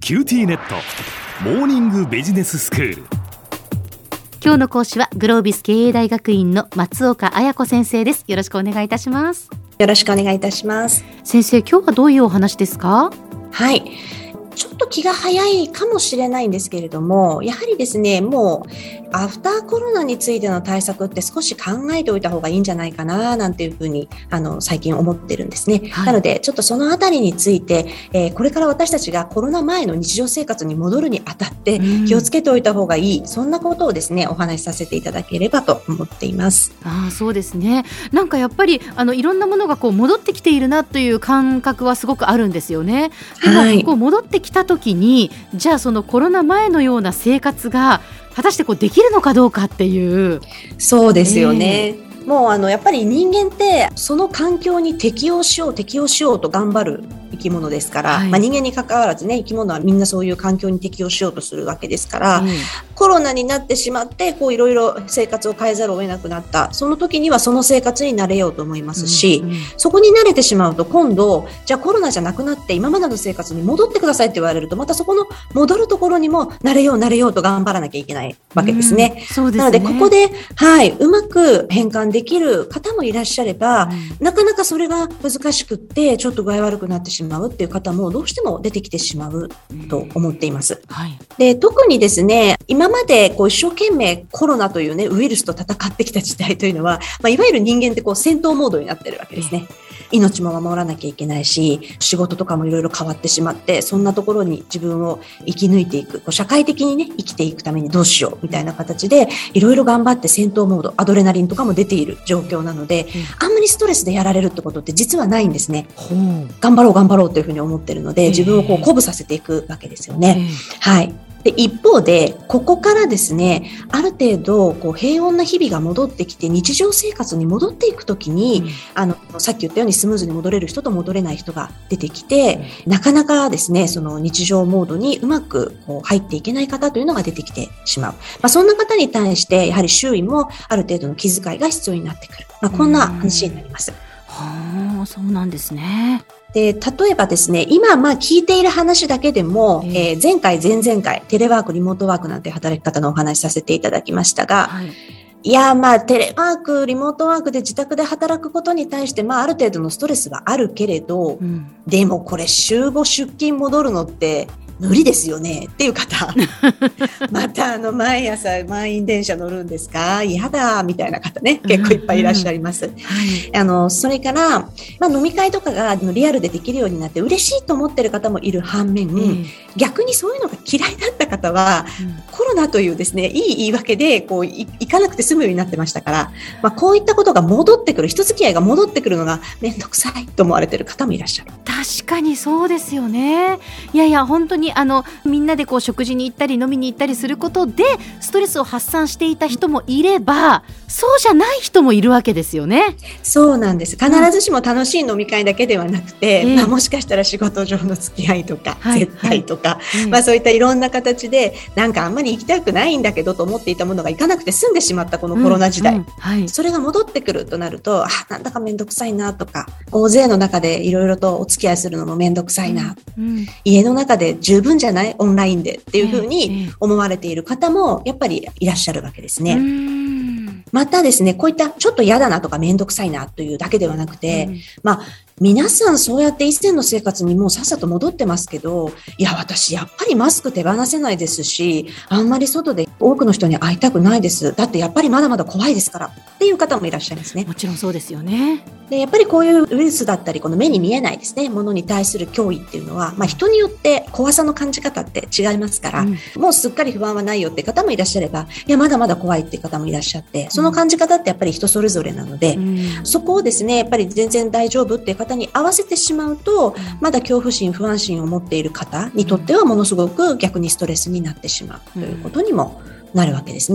キューティーネットモーニングビジネススクール。 今日の講師はグロービス経営大学院の松岡綾子先生です。よろしくお願いいたします。 よろしくお願いいたします。 先生、今日はどういうお話ですか？ はい。ちょっと気が早いかもしれないんですけれども、やはりですね、もうアフターコロナについての対策って少し考えておいた方がいいんじゃないかななんていうふうに最近思ってるんですね、はい、なのでちょっとそのあたりについて、これから私たちがコロナ前の日常生活に戻るにあたって気をつけておいた方がいい、そんなことをですねお話しさせていただければと思っています。 そうですね。なんかやっぱりいろんなものがこう戻ってきているなという感覚はすごくあるんですよね。でも、はい、こう戻ってきた時にじゃあそのコロナ前のような生活が果たしてこうできるのかどうかっていう。 そうですよね、もうやっぱり人間ってその環境に適応しようと頑張る生き物ですから、はい、人間に関わらずね、生き物はみんなそういう環境に適応しようとするわけですから、コロナになってしまってこういろいろ生活を変えざるを得なくなった、その時にはその生活に慣れようと思いますし、そこに慣れてしまうと今度じゃあコロナじゃなくなって今までの生活に戻ってくださいって言われると、またそこの戻るところにも慣れようと頑張らなきゃいけないわけですね。 そうですね。 なのでここで、うまく変換できる方もいらっしゃれば、なかなかそれが難しくってちょっと具合悪くなってしまうっていう方もどうしても出てきてしまうと思っています、で特にですね、今までこう一生懸命コロナというねウイルスと戦ってきた時代というのは、いわゆる人間ってこう戦闘モードになってるわけですね。命も守らなきゃいけないし、仕事とかもいろいろ変わってしまって、そんなところに自分を生き抜いていく、社会的にね生きていくためにどうしようみたいな形でいろいろ頑張って戦闘モード、アドレナリンとかも出ている状況なので、あんまりストレスでやられるってことって実はないんですね。頑張ろうというふうに思ってるので、自分をこう鼓舞させていくわけですよね。はい。で一方でここからですね、ある程度こう平穏な日々が戻ってきて日常生活に戻っていくときに、さっき言ったようにスムーズに戻れる人と戻れない人が出てきて、なかなかですねその日常モードにうまくこう入っていけない方というのが出てきてしまう、そんな方に対してやはり周囲もある程度の気遣いが必要になってくる、こんな話になります。 そうなんですね。 で例えばですね、今聞いている話だけでも、前回前々回テレワークリモートワークなんて働き方のお話しさせていただきましたが、いやテレワークリモートワークで自宅で働くことに対してある程度のストレスはあるけれど、でもこれ週5出勤戻るのって無理ですよねっていう方また毎朝満員電車乗るんですか、嫌だみたいな方ね、結構いっぱいいらっしゃいます、それから、飲み会とかがリアルでできるようになって嬉しいと思ってる方もいる反面、逆にそういうのが嫌いだった方は、コロナというですねいい言い訳でこう行かなくて済むようになってましたから、こういったことが戻ってくる、人付き合いが戻ってくるのがめんどくさいと思われている方もいらっしゃる。 確かにそうですよね。いや本当にみんなでこう食事に行ったり飲みに行ったりすることでストレスを発散していた人もいれば、そうじゃない人もいるわけですよね。 そうなんです。必ずしも楽しい飲み会だけではなくて、もしかしたら仕事上の付き合いとか、接待とか、そういったいろんな形でなんかあんまり行きたくないんだけどと思っていたものが行かなくて済んでしまったこのコロナ時代、それが戻ってくるとなると、なんだかめんどくさいなとか、大勢の中でいろいろとお付き合いするのもめんどくさいな、家の中で十分じゃない、オンラインでっていうふうに思われている方もやっぱりいらっしゃるわけですね。またですね、こういったちょっと嫌だなとかめんどくさいなというだけではなくて、皆さんそうやって以前の生活にもうさっさと戻ってますけど、いや私やっぱりマスク手放せないですし、あんまり外で多くの人に会いたくないです、だってやっぱりまだまだ怖いですからっていう方もいらっしゃいますね。 もちろんそうですよね。 でやっぱりこういうウイルスだったり、この目に見えないですねものに対する脅威っていうのは、人によって怖さの感じ方って違いますから、もうすっかり不安はないよって方もいらっしゃれば、いやまだまだ怖いって方もいらっしゃって、その感じ方ってやっぱり人それぞれなので、そこをですねやっぱり全然大丈夫っていう方に合わせてしまうと、まだ恐怖心不安心を持っている方にとってはものすごく逆にストレスになってしまうということにもなるわけですね。 そう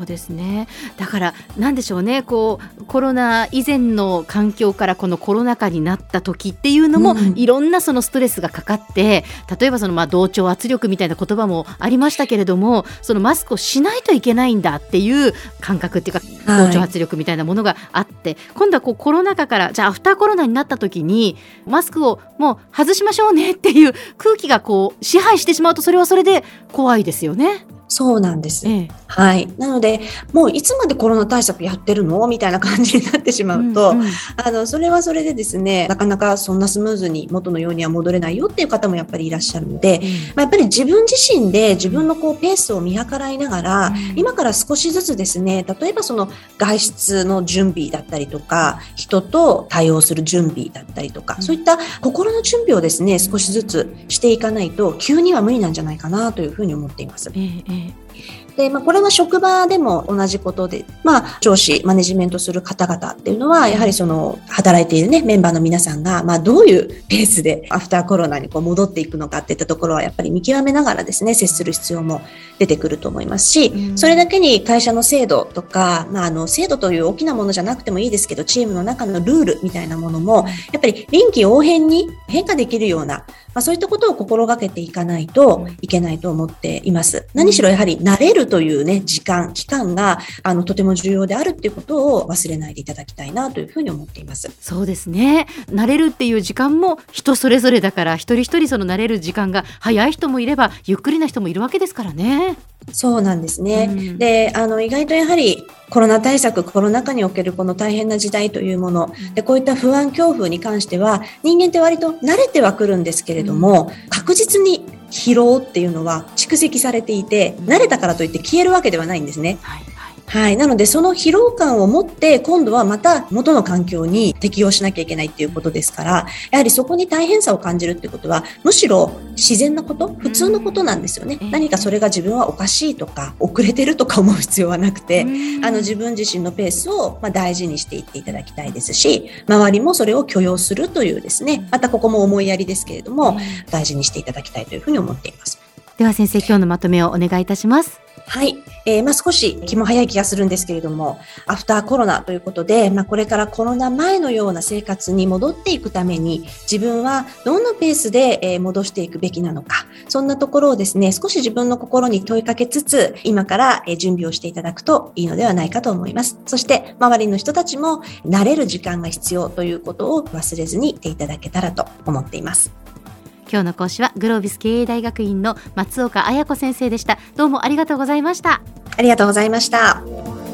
そうですね。だからなんでしょうね、コロナ以前の環境からこのコロナ禍になった時っていうのも、いろんなそのストレスがかかって、例えばその同調圧力みたいな言葉もありましたけれども、そのマスクをしないといけないんだっていう感覚っていうか、同調圧力みたいなものがあって、今度はコロナ禍からじゃあアフターコロナになった時にマスクをもう外しましょうねっていう空気が支配してしまうと、それはそれで怖いですよね。 そうなんです。はい。なので、もういつまでコロナ対策やってるのみたいな感じになってしまうと、それはそれでですね、なかなかそんなスムーズに元のようには戻れないよっていう方もやっぱりいらっしゃるので、やっぱり自分自身で自分のペースを見計らいながら、今から少しずつですね、例えばその外出の準備だったりとか、人と対応する準備だったりとか、そういった心の準備をですね、少しずつしていかないと、急には無理なんじゃないかなというふうに思っています。で、これは職場でも同じことで、上司、マネジメントする方々っていうのは、やはりその、働いているね、メンバーの皆さんが、どういうペースでアフターコロナに戻っていくのかっていったところは、やっぱり見極めながらですね、接する必要も出てくると思いますし、それだけに会社の制度とか、制度という大きなものじゃなくてもいいですけど、チームの中のルールみたいなものも、やっぱり臨機応変に変化できるような、そういったことを心がけていかないといけないと思っています。何しろやはり慣れるというね、期間がとても重要であるっていうことを忘れないでいただきたいなというふうに思っています。 そうですね。慣れるっていう時間も人それぞれだから、一人一人その慣れる時間が早い人もいれば、ゆっくりな人もいるわけですからね。 そうなんですね。で、意外とやはりコロナ対策、コロナ禍におけるこの大変な時代というもので、こういった不安恐怖に関しては、人間って割と慣れてはくるんですけれども、確実に疲労っていうのは蓄積されていて、慣れたからといって消えるわけではないんですね。はい。なので、その疲労感を持って、今度はまた元の環境に適応しなきゃいけないっていうことですから、やはりそこに大変さを感じるっていうことは、むしろ自然なこと、普通のことなんですよね。何かそれが自分はおかしいとか、遅れてるとか思う必要はなくて、自分自身のペースを大事にしていっていただきたいですし、周りもそれを許容するというですね、またここも思いやりですけれども、大事にしていただきたいというふうに思っています。 では先生、今日のまとめをお願いいたします。 はい。少し気も早い気がするんですけれども、アフターコロナということで、これからコロナ前のような生活に戻っていくために、自分はどんなペースで戻していくべきなのか、そんなところをですね、少し自分の心に問いかけつつ、今から準備をしていただくといいのではないかと思います。そして、周りの人たちも慣れる時間が必要ということを忘れずにいていただけたらと思っています。 今日の講師はグロービス経営大学院の松岡綾子先生でした。どうもありがとうございました。 ありがとうございました。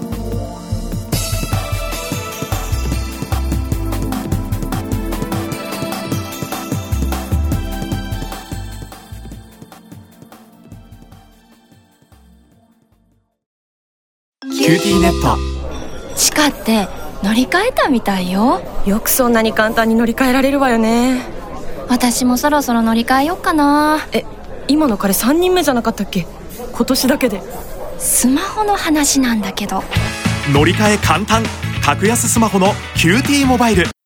キューティーネット。 地下って乗り換えたみたいよ。 よくそんなに簡単に乗り換えられるわよね。 私もそろそろ乗り換えようかな。 今の彼3人目じゃなかったっけ？今年だけで。 スマホの話なんだけど。 乗り換え簡単、格安スマホのキューティーモバイル。